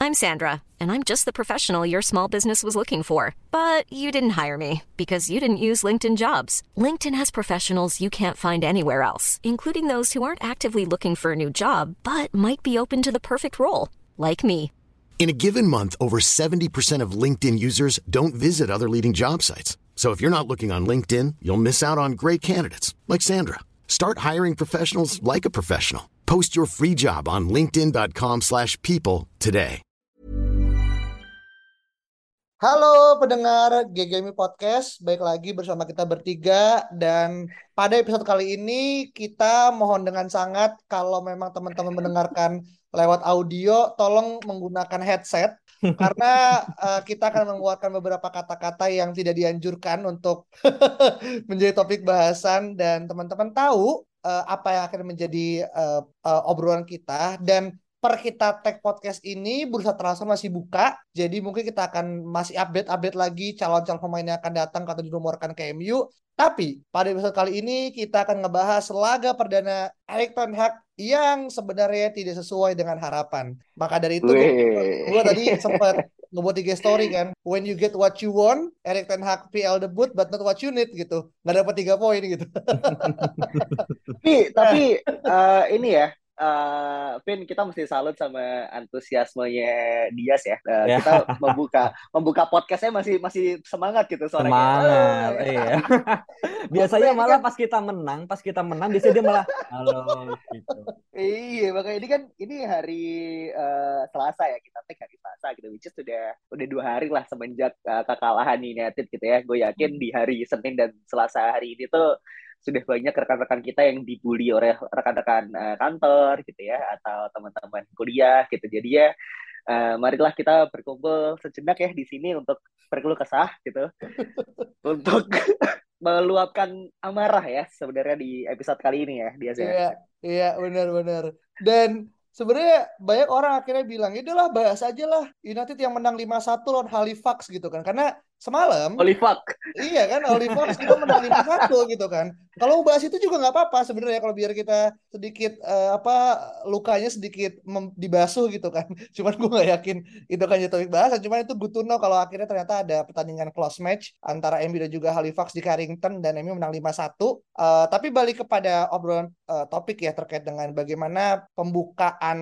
I'm Sandra, and I'm just the professional your small business was looking for. But you didn't hire me because you didn't use LinkedIn Jobs. LinkedIn has professionals you can't find anywhere else, including those who aren't actively looking for a new job, but might be open to the perfect role, like me. In a given month, over 70% of LinkedIn users don't visit other leading job sites. So if you're not looking on LinkedIn, you'll miss out on great candidates like Sandra. Start hiring professionals like a professional. Post your free job on linkedin.com/people today. Halo pendengar GGMI Podcast, baik lagi bersama kita bertiga dan pada episode kali ini kita mohon dengan sangat kalau memang teman-teman mendengarkan lewat audio tolong menggunakan headset karena kita akan mengeluarkan beberapa kata-kata yang tidak dianjurkan untuk menjadi topik bahasan dan teman-teman tahu apa yang akan menjadi obrolan kita dan per kita tag podcast ini bursa transfer masih buka, jadi mungkin kita akan masih update lagi calon-calon pemain yang akan datang atau dirumorkan ke MU. Tapi pada episode kali ini kita akan ngebahas laga perdana Erik ten Hag yang sebenarnya tidak sesuai dengan harapan. Maka dari itu gue tadi sempat ngebuat IG story kan, when you get what you want, Erik ten Hag PL debut but not what you need gitu, nggak dapat 3 poin gitu. Tapi ini ya, Vin, kita mesti salut sama antusiasmenya Dias ya. Kita membuka podcastnya masih semangat gitu suaranya. Semangat, iya. Biasanya malah pas kita menang biasanya dia malah halo gitu. Iya, makanya ini hari Selasa ya, kita take hari Selasa gitu, which is udah 2 hari lah semenjak kekalahan United gitu ya. Gue yakin di hari Senin dan Selasa hari ini tuh sudah banyak rekan-rekan kita yang dibully oleh rekan-rekan kantor gitu ya, atau teman-teman kuliah gitu. Jadi ya marilah kita berkumpul sejenak ya di sini untuk berkeluh kesah gitu, untuk meluapkan amarah ya sebenarnya di episode kali ini ya, biasanya. Iya, benar. Dan sebenarnya banyak orang akhirnya bilang, ya udahlah bahas aja lah United yang menang 5-1 lawan Halifax gitu kan. Karena semalam iya kan, Halifax kita menang 5-1 gitu kan. Kalau bahas itu juga nggak apa-apa sebenarnya, kalau biar kita sedikit lukanya sedikit dibasuh gitu kan. Cuman gue nggak yakin itu kan jadi topik bahasan. Cuman itu good to know kalau akhirnya ternyata ada pertandingan close match antara MU dan juga Halifax di Carrington dan MU menang 5-1. Tapi balik kepada obrolan topik ya terkait dengan bagaimana pembukaan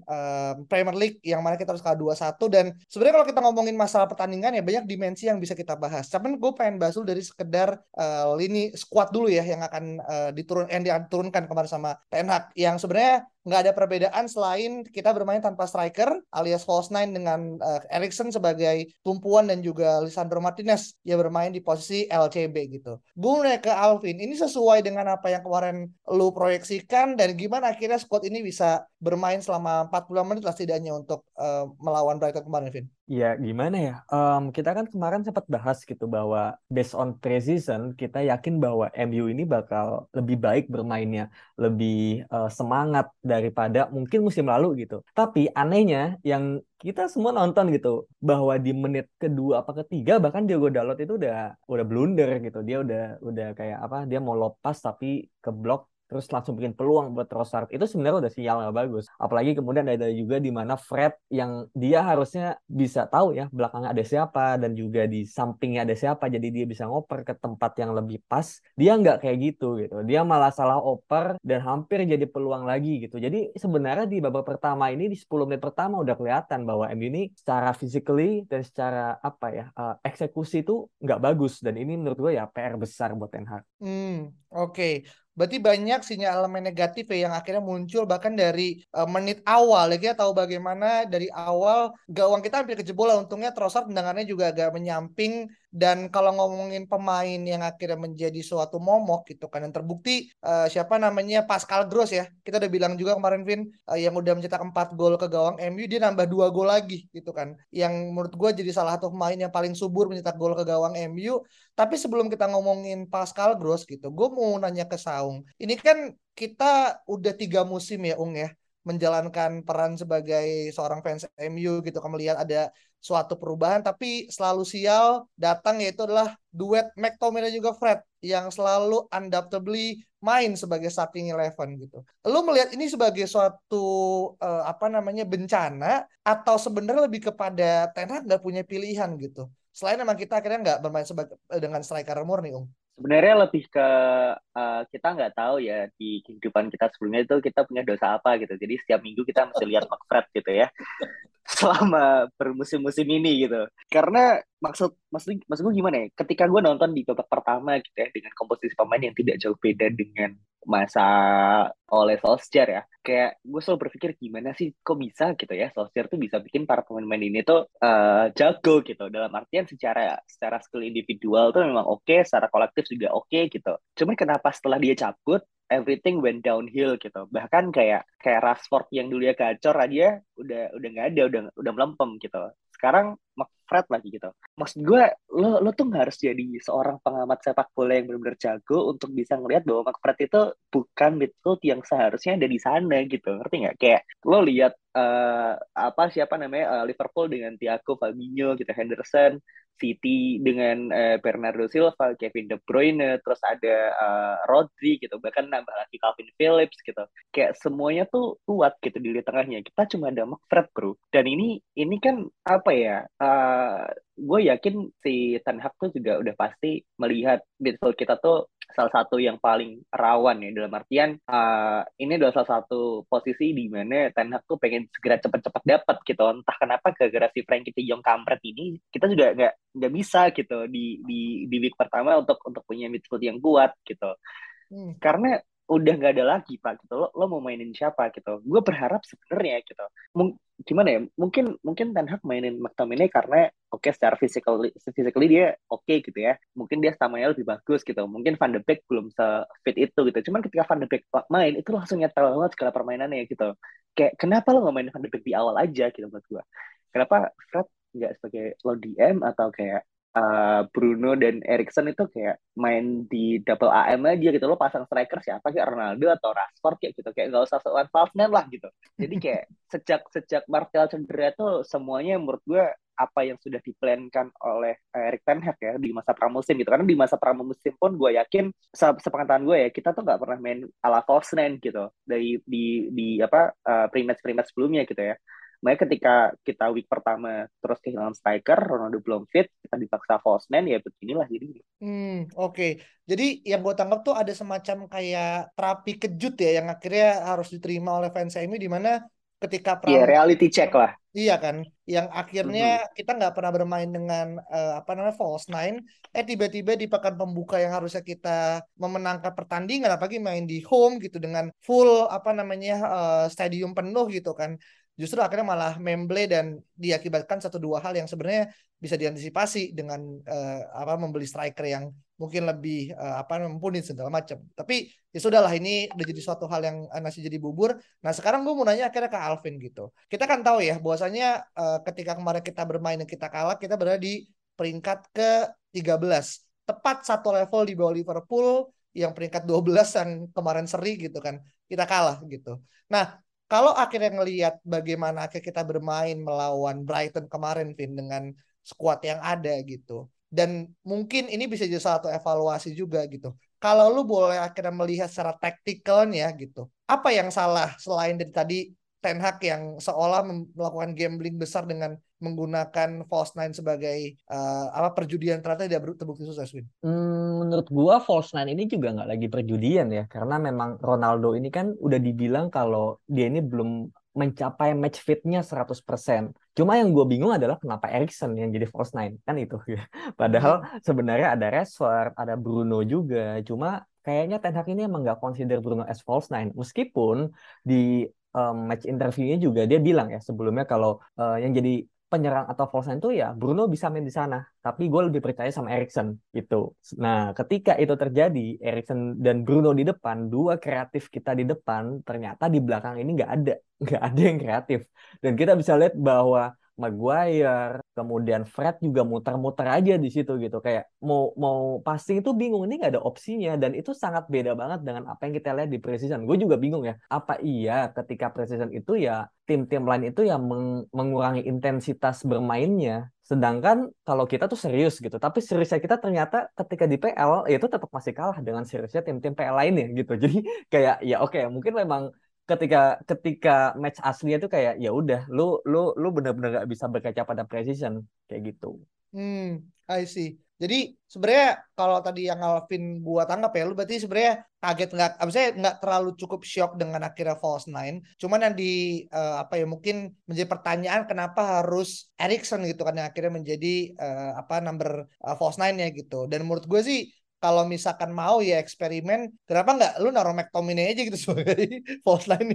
Premier League yang mana kita harus kalah 2-1. Dan sebenarnya kalau kita ngomongin masalah pertandingan ya banyak dimensi yang bisa kita bahas. Tapi gue pengen bahas dulu dari sekedar lini squad dulu ya yang akan diturunkan kemarin sama Ten Hag, yang sebenarnya nggak ada perbedaan selain kita bermain tanpa striker alias false nine dengan Eriksen sebagai tumpuan dan juga Lisandro Martinez yang bermain di posisi LCB gitu. Gue nanya ke Alvin, ini sesuai dengan apa yang kemarin lu proyeksikan dan gimana akhirnya squad ini bisa bermain selama 40 menit lah setidaknya untuk melawan Brighton kemarin, Vin? Ya gimana ya, kita kan kemarin sempat bahas gitu bahwa based on pre-season kita yakin bahwa MU ini bakal lebih baik bermainnya, lebih semangat daripada mungkin musim lalu gitu. Tapi anehnya yang kita semua nonton gitu bahwa di menit kedua apa ketiga bahkan Diogo Dalot itu udah blunder gitu. Dia udah kayak apa, dia mau lepas tapi keblok, terus langsung bikin peluang buat Trossard. Itu sebenarnya udah sinyal nggak bagus. Apalagi kemudian ada juga di mana Fred yang dia harusnya bisa tahu ya belakangnya ada siapa dan juga di sampingnya ada siapa, jadi dia bisa ngoper ke tempat yang lebih pas. Dia nggak kayak gitu. Dia malah salah oper dan hampir jadi peluang lagi gitu. Jadi sebenarnya di babak pertama ini, di 10 menit pertama udah kelihatan bahwa MU ini secara physically dan secara eksekusi itu nggak bagus. Dan ini menurut gue ya PR besar buat Ten Hag. Oke. Berarti banyak sinyal elemen negatif ya yang akhirnya muncul bahkan dari menit awal ya. Kita tahu bagaimana dari awal gawang kita hampir kejebolan. Untungnya Trossard tendangannya juga agak menyamping. Dan kalau ngomongin pemain yang akhirnya menjadi suatu momok gitu kan, yang terbukti siapa namanya Pascal Gross ya. Kita udah bilang juga kemarin Vin, yang udah mencetak 4 gol ke gawang MU, dia nambah 2 gol lagi gitu kan. Yang menurut gue jadi salah satu pemain yang paling subur mencetak gol ke gawang MU. Tapi sebelum kita ngomongin Pascal Gross gitu, gue mau nanya ke Saung. Ini kan kita udah 3 musim ya Ung ya menjalankan peran sebagai seorang fans MU gitu kan, melihat ada suatu perubahan, tapi selalu sial datang, yaitu adalah duet McTominay dan juga Fred yang selalu undoubtedly main sebagai starting 11 gitu. Lu melihat ini sebagai suatu bencana, atau sebenarnya lebih kepada Ten Hag nggak punya pilihan gitu? Selain emang kita akhirnya nggak bermain dengan striker murni, Sebenarnya lebih ke kita nggak tahu ya di kehidupan kita sebelumnya itu kita punya dosa apa gitu. Jadi setiap minggu kita mesti lihat McFred gitu ya selama bermusim-musim ini gitu. Karena maksud gue gimana ya? Ketika gue nonton di babak pertama gitu ya dengan komposisi pemain yang tidak jauh beda dengan masa oleh Solskjaer ya. Kayak gue selalu berpikir gimana sih kok bisa gitu ya Solskjaer tuh bisa bikin para pemain-pemain ini tuh jago gitu. Dalam artian secara skill individual tuh memang oke, secara kolektif juga oke gitu. Cuman kenapa setelah dia cabut everything went downhill gitu. Bahkan kayak Rashford yang dulu ya gacor aja udah nggak ada, udah melempem gitu. Sekarang McFred lagi gitu. Maksud gue, lo tuh nggak harus jadi seorang pengamat sepak bola yang benar-benar jago untuk bisa ngelihat bahwa McFred itu bukan midfield yang seharusnya ada di sana gitu. Ngerti nggak? Kayak lo lihat siapa namanya Liverpool dengan Thiago, Fabinho gitu, Henderson, City dengan Bernardo Silva, Kevin De Bruyne, terus ada Rodri gitu, bahkan nambah lagi Calvin Phillips gitu. Kayak semuanya tuh kuat gitu di lini tengahnya. Kita cuma ada McFred bro. Dan ini kan apa ya? Gue yakin si Ten Hag tuh juga udah pasti melihat midfield kita tuh salah satu yang paling rawan ya, dalam artian ini adalah salah satu posisi di mana Ten Hag tuh pengen segera cepat-cepat dapat gitu. Entah kenapa gara-gara si Frankie De Jong kampret ini kita juga nggak bisa gitu di week pertama untuk punya midfield yang kuat gitu. Karena udah nggak ada lagi Pak gitu. Lo mau mainin siapa gitu. Gue berharap sebenarnya gitu. Gimana ya? Mungkin Ten Hag mainin McTominay karena oke, secara physically dia oke gitu ya. Mungkin dia stamina lebih bagus gitu. Mungkin Van de Beek belum se-fit itu gitu. Cuman ketika Van de Beek main itu langsung nyetel banget segala permainannya gitu. Kayak kenapa lo nggak mainin Van de Beek di awal aja gitu buat gue. Kenapa Fred nggak sebagai lo DM atau kayak Bruno dan Erikson itu kayak main di double AM aja gitu. Lo pasang striker siapa kayak Ronaldo atau Rashford kayak gitu. Kayak nggak usah seorang false nine lah gitu. Jadi kayak sejak Martial cedera tuh semuanya menurut gue apa yang sudah diplankan oleh Erik ten Hag ya di masa pramusim gitu. Karena di masa pramusim pun gue yakin sepengetahuan gue ya kita tuh nggak pernah main ala false nine gitu di pre-match sebelumnya gitu ya. Makanya ketika kita week pertama terus kehilangan striker, Ronaldo belum fit, kita dipaksa false nine, ya beginilah jadi. Oke. Jadi yang gue tangkap tuh ada semacam kayak terapi kejut ya yang akhirnya harus diterima oleh fans MU, di mana ketika Iya, reality check lah. Iya kan, yang akhirnya kita nggak pernah bermain dengan false nine, tiba-tiba di pekan pembuka yang harusnya kita memenangkan pertandingan, apalagi main di home gitu dengan full stadium penuh gitu kan, justru akhirnya malah memble dan diakibatkan satu dua hal yang sebenarnya bisa diantisipasi dengan membeli striker yang mungkin lebih mumpuni segala macam. Tapi ya sudahlah, ini udah jadi suatu hal yang nasi jadi bubur. Nah sekarang gue mau nanya akhirnya ke Alvin gitu. Kita kan tahu ya bahwasanya ketika kemarin kita bermain dan kita kalah, kita berada di peringkat ke-13. Tepat satu level di bawah Liverpool yang peringkat 12 yang kemarin seri gitu kan. Kita kalah gitu. Nah, kalau akhirnya ngelihat bagaimana akhirnya kita bermain melawan Brighton kemarin, Vin, dengan skuad yang ada gitu. Dan mungkin ini bisa jadi satu evaluasi juga gitu. Kalau lu boleh akhirnya melihat secara taktikalnya gitu, apa yang salah selain dari tadi Ten Hag yang seolah melakukan gambling besar dengan menggunakan false nine sebagai perjudian, ternyata tidak terbukti sukses, Win? Menurut gua false nine ini juga nggak lagi perjudian ya, karena memang Ronaldo ini kan udah dibilang kalau dia ini belum mencapai match fitnya 100%. Cuma yang gue bingung adalah kenapa Erikson yang jadi false nine, kan itu ya. Padahal sebenarnya ada Rashford, ada Bruno juga. Cuma kayaknya Ten Hag ini emang nggak consider Bruno as false nine. Meskipun di match interviewnya juga dia bilang ya sebelumnya kalau yang jadi penyerang atau false nine itu ya Bruno bisa main di sana, tapi gue lebih percaya sama Erikson gitu. Nah, ketika itu terjadi, Erikson dan Bruno di depan, dua kreatif kita di depan, ternyata di belakang ini nggak ada yang kreatif. Dan kita bisa lihat bahwa Maguire, kemudian Fred juga muter-muter aja di situ gitu. Kayak mau mau passing itu bingung, ini nggak ada opsinya dan itu sangat beda banget dengan apa yang kita lihat di preseason. Gue juga bingung ya, apa iya ketika preseason itu ya tim-tim lain itu yang mengurangi intensitas bermainnya. Sedangkan kalau kita tuh serius gitu, tapi seriusnya kita ternyata ketika di PL ya itu tetap masih kalah dengan seriusnya tim-tim PL lainnya gitu. Jadi kayak ya oke, mungkin memang ketika ketika match aslinya tuh kayak ya udah lu benar-benar gak bisa berkaca pada precision kayak gitu. I see. Jadi sebenarnya kalau tadi yang Alvin gua tanggap ya, lu berarti sebenarnya kaget nggak? Maksudnya nggak terlalu cukup shock dengan akhirnya false nine. Cuman yang di apa ya mungkin menjadi pertanyaan kenapa harus Erikson gitu kan yang akhirnya menjadi apa number false nine ya gitu. Dan menurut gue sih kalau misalkan mau ya eksperimen, kenapa nggak lu naruh McTominay aja gitu sebagai false nine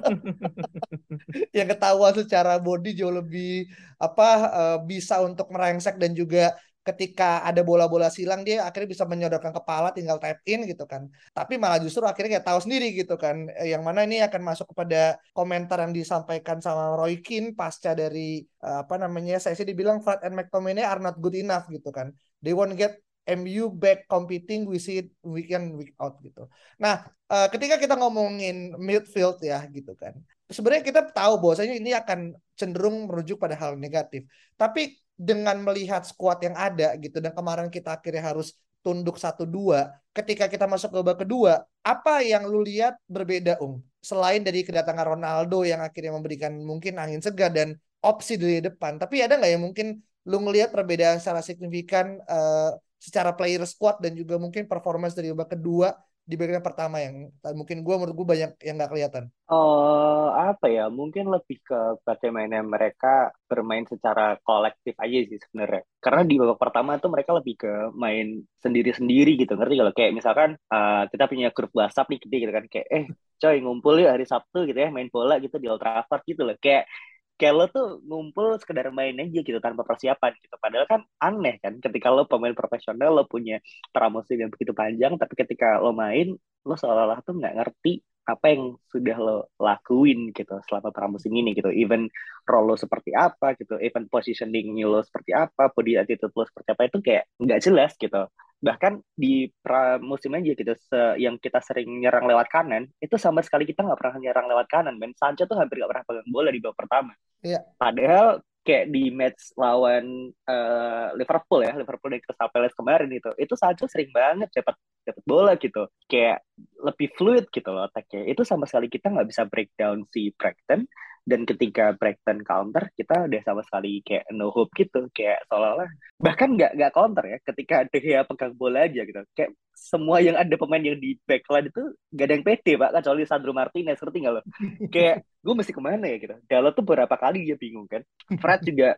yang ketahuan secara body jauh lebih apa bisa untuk merengsek dan juga ketika ada bola-bola silang dia akhirnya bisa menyodorkan kepala tinggal tap in gitu kan. Tapi malah justru akhirnya kayak tahu sendiri gitu kan. Yang mana ini akan masuk kepada komentar yang disampaikan sama Roy Keane pasca dari apa namanya sesi dibilang Fred and McTominay are not good enough gitu kan. They won't get MU back competing, we see it week in week out gitu. Nah, ketika kita ngomongin midfield ya gitu kan. Sebenarnya kita tahu bahwasanya ini akan cenderung merujuk pada hal negatif. Tapi dengan melihat skuad yang ada gitu dan kemarin kita akhirnya harus tunduk 1-2, ketika kita masuk ke babak kedua, apa yang lu lihat berbeda selain dari kedatangan Ronaldo yang akhirnya memberikan mungkin angin segar dan opsi dari depan, tapi ada nggak yang mungkin lu ngelihat perbedaan secara signifikan secara player squad dan juga mungkin performance dari babak kedua dibandingkan pertama yang mungkin menurut gue banyak yang nggak kelihatan. Oh, apa ya? Mungkin lebih ke bagaimana mereka bermain secara kolektif aja sih sebenarnya. Karena di babak pertama tuh mereka lebih ke main sendiri-sendiri gitu. Ngerti kalau kayak misalkan kita punya grup WhatsApp nih gede gitu kan kayak coy ngumpul yuk hari Sabtu gitu ya main bola gitu di Old Trafford gitu loh. Kayak lo tuh ngumpul sekedar main aja gitu tanpa persiapan gitu. Padahal kan aneh kan ketika lo pemain profesional lo punya pramusim yang begitu panjang tapi ketika lo main lo seolah-olah tuh nggak ngerti apa yang sudah lo lakuin gitu selama pramusim ini gitu. Even role lo seperti apa gitu, even positioning lo seperti apa, body attitude lo seperti apa itu kayak nggak jelas gitu. Bahkan di pramusim aja gitu, yang kita sering nyerang lewat kanan, itu sama sekali kita nggak pernah nyerang lewat kanan. Ben Sancho tuh hampir nggak pernah pegang bola di babak pertama. Iya. Padahal kayak di match lawan Liverpool ya, Liverpool dan Crystal Palace kemarin itu Sancho sering banget dapat bola gitu, kayak lebih fluid gitu loh attack-nya. Itu sama sekali kita nggak bisa breakdown si Brighton, dan ketika Brighton counter kita udah sama sekali kayak no hope gitu, kayak seolah-olah bahkan nggak counter ya ketika De Gea pegang bola aja gitu, kayak semua yang ada pemain yang di backline itu gak ada yang pede pak kecuali Sandro Martinez, ngerti nggak lo? Kayak gue mesti kemana ya gitu. Dalot tuh beberapa kali dia bingung kan. Fred juga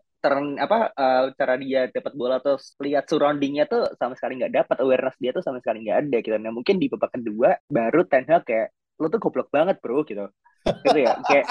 cara dia dapat bola tuh lihat surroundingnya tuh sama sekali nggak dapat, awareness dia tuh sama sekali nggak ada gitu. Nah mungkin di babak kedua baru Ten Hag kayak lo tuh goblok banget bro gitu ya kayak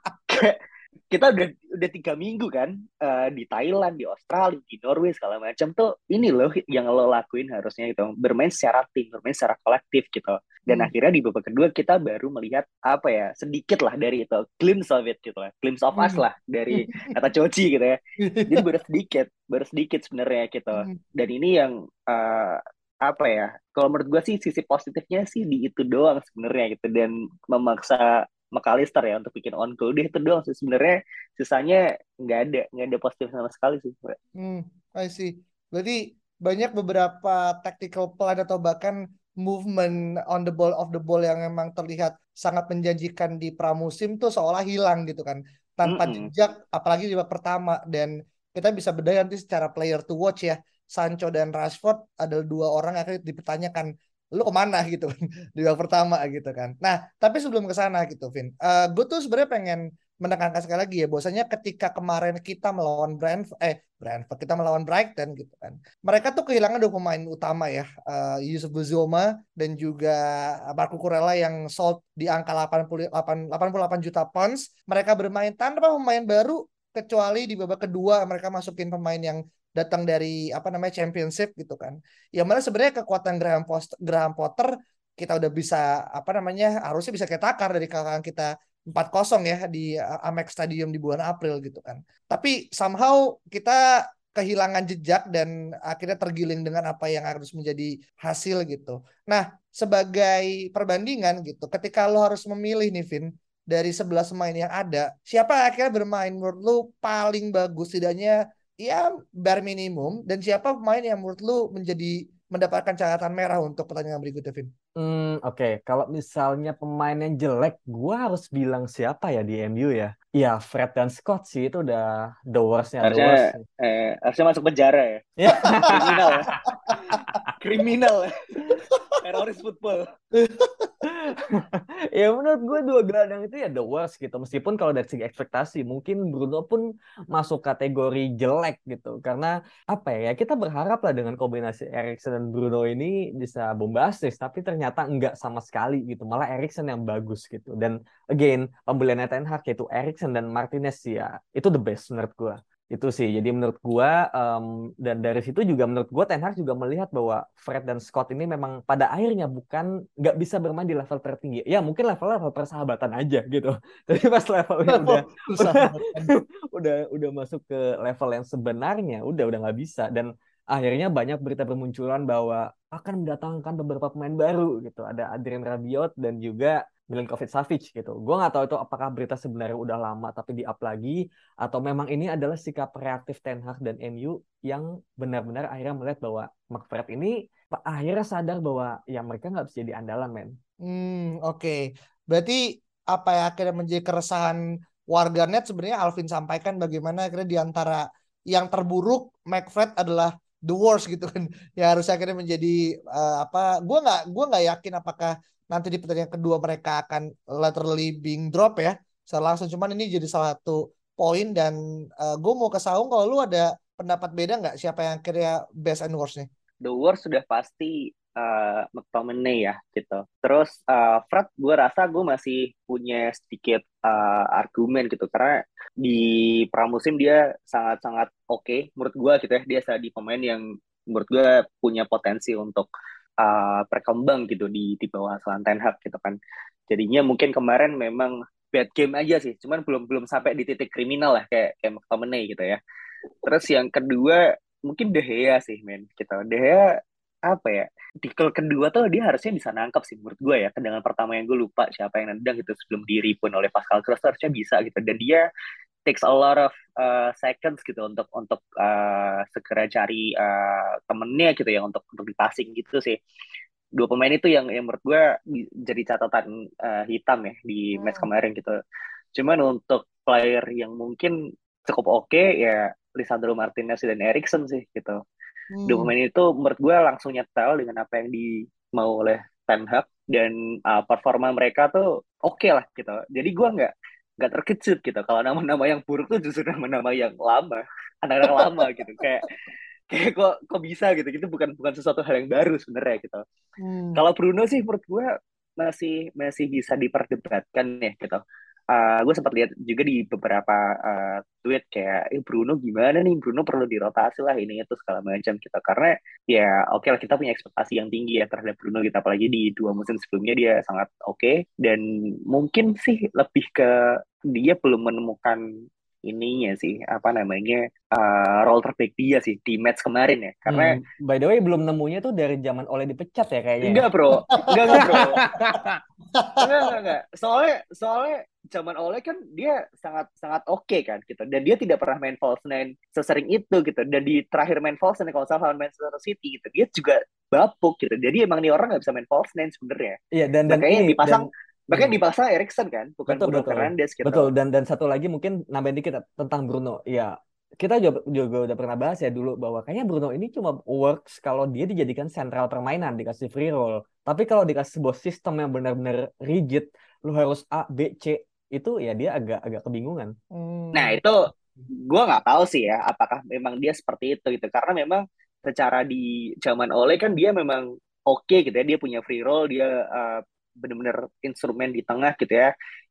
kita udah 3 minggu kan di Thailand, di Australia, di Norway segala macam tuh ini loh yang lo lakuin harusnya gitu, bermain secara tim, bermain secara kolektif gitu. Dan akhirnya di babak kedua kita baru melihat apa ya sedikit lah dari itu, glimpse of it gitu lah, glimpse of us lah dari kata Coci gitu ya. Jadi baru sedikit sebenarnya gitu. Dan ini yang apa ya? Kalau menurut gue sih sisi positifnya sih di itu doang sebenarnya gitu, dan memaksa McAllister ya untuk bikin on goal, dia itu doang sih sebenarnya, sisanya nggak ada positif sama sekali sih. I see. Berarti banyak beberapa tactical plan atau bahkan movement on the ball of the ball yang memang terlihat sangat menjanjikan di pramusim tuh seolah hilang gitu kan, tanpa jejak apalagi di babak pertama. Dan kita bisa bedah nanti secara player to watch ya, Sancho dan Rashford adalah 2 orang yang akhirnya dipertanyakan lu kemana gitu kan di babak pertama gitu kan. Nah tapi sebelum ke sana gitu Vin, gue tuh sebenarnya pengen menekankan sekali lagi ya bahwasanya ketika kemarin kita melawan Brentford kita melawan Brighton gitu kan, mereka tuh kehilangan 2 pemain utama ya, Yusuf Bizoma dan juga Marco Kurela yang sold di angka 88 juta pounds. Mereka bermain tanpa pemain baru kecuali di babak kedua mereka masukin pemain yang datang dari apa namanya championship gitu kan. Yang mana sebenarnya kekuatan Graham Potter kita udah bisa apa namanya harusnya bisa kita takar dari kakak kita 4-0 ya di Amex Stadium di bulan April gitu kan. Tapi somehow kita kehilangan jejak dan akhirnya tergiling dengan apa yang harus menjadi hasil gitu. Nah, sebagai perbandingan gitu, ketika lo harus memilih nih Vin, dari 11 pemain yang ada, siapa yang akhirnya bermain menurut lo paling bagus, setidaknya ya bare minimum, dan siapa pemain yang menurut lo mendapatkan catatan merah untuk pertandingan berikutnya, Vin? Oke. Kalau misalnya pemain yang jelek, gua harus bilang siapa ya di MU ya? Ya, Fred dan Scott sih itu udah the worst-nya the Harusnya worst. harusnya masuk penjara ya. Ya. Kriminal ya. Kriminal ya. Teroris football. Ya menurut gue dua gelandang itu ya the worst gitu. Meskipun kalau dari segi ekspektasi mungkin Bruno pun masuk kategori jelek gitu. Karena apa ya, kita berharap lah dengan kombinasi Eriksen dan Bruno ini bisa bombastis. Tapi ternyata enggak sama sekali gitu. Malah Eriksen yang bagus gitu. Dan again, pembelian Ten Hag yaitu Eriksen dan Martinez ya itu the best menurut gue. Itu sih, jadi menurut gua dan dari situ juga menurut gua Ten Hag juga melihat bahwa Fred dan Scott ini memang pada akhirnya nggak bisa bermain di level tertinggi. Ya mungkin level persahabatan aja gitu. Tapi pas levelnya udah masuk ke level yang sebenarnya udah nggak bisa. Dan akhirnya banyak berita bermunculan bahwa akan mendatangkan beberapa pemain baru gitu. Ada Adrien Rabiot dan juga Milinkovic-Savic gitu. Gue nggak tahu itu apakah berita sebenarnya udah lama tapi di-up lagi atau memang ini adalah sikap reaktif Ten Hag dan MU yang benar-benar akhirnya melihat bahwa McFred ini akhirnya sadar bahwa ya mereka nggak bisa jadi andalan, men. Oke. Berarti apa yang akhirnya menjadi keresahan warganet sebenarnya Alvin sampaikan bagaimana akhirnya di antara yang terburuk McFred adalah the worst gitu kan. Ya harus akhirnya menjadi apa? Gua nggak yakin apakah nanti di pertandingan kedua mereka akan literally being drop ya. Secara langsung, cuman ini jadi salah satu poin. Dan gue mau ke Saung, kalau lu ada pendapat beda nggak siapa yang akhirnya best and worst nih? The worst sudah pasti McTominay ya gitu. Terus Fred gue rasa gue masih punya sedikit argumen gitu karena di pramusim dia sangat-sangat oke menurut gue gitu ya. Dia di pemain yang menurut gue punya potensi untuk berkembang gitu di bawah asuhan Ten Hag gitu kan. Jadinya mungkin kemarin memang bad game aja sih, cuman belum belum sampai di titik kriminal lah kayak McTominay gitu ya. Terus yang kedua mungkin De Gea sih men gitu. De Gea apa ya, di gol kedua tuh dia harusnya bisa nangkap sih menurut gue ya. Tendangan pertama yang gue lupa siapa yang nendang gitu sebelum di rebound oleh Pascal Gross harusnya bisa gitu. Dan dia takes a lot of seconds gitu untuk segera cari temennya gitu ya untuk di passing gitu sih. Dua pemain itu yang menurut gue jadi catatan hitam ya di match kemarin gitu. Cuman untuk player yang mungkin cukup oke ya Lisandro Martinez dan Eriksen sih gitu. Dua pemain itu menurut gue langsung nyetel dengan apa yang dimau oleh Ten Hag dan performa mereka tuh oke lah gitu. Jadi gue nggak terkejut gitu kalau nama-nama yang buruk tuh justru nama-nama yang lama, anak-anak lama gitu. Kayak kok bisa gitu. Gitu bukan bukan sesuatu hal yang baru sebenarnya gitu. Kalau Bruno sih menurut gue masih bisa diperdebatkan ya gitu. Gue sempat lihat juga di beberapa tweet kayak Bruno gimana nih, Bruno perlu dirotasi lah ini itu segala macam gitu karena ya oke lah kita punya ekspektasi yang tinggi ya terhadap Bruno kita apalagi di dua musim sebelumnya dia sangat oke dan mungkin sih lebih ke dia belum menemukan ininya sih apa namanya role terbaik dia sih di match kemarin ya karena by the way belum nemunya tuh dari zaman Ole dipecat ya kayaknya. Enggak bro, enggak bro. Enggak. Soalnya zaman Ole kan dia sangat sangat oke kan gitu dan dia tidak pernah main false nine sesering itu gitu dan di terakhir main false nine kalau salah lawan Manchester City gitu dia juga bapuk gitu jadi emang nih orang nggak bisa main false nine sebenarnya. Iya dan makanya ini dipasang dan makanya dipasang Eriksen kan bukan Bruno Fernandes gitu. Betul dan satu lagi mungkin nambahin dikit tentang Bruno. Ya, kita juga udah pernah bahas ya dulu bahwa kayaknya Bruno ini cuma works kalau dia dijadikan sentral permainan, dikasih free roll. Tapi kalau dikasih sebuah sistem yang benar-benar rigid, lu harus A, B, C, itu ya dia agak kebingungan. Nah itu gue nggak tahu sih ya apakah memang dia seperti itu gitu karena memang secara di zaman Ole kan dia memang oke gitu ya dia punya free roll dia benar-benar instrumen di tengah gitu ya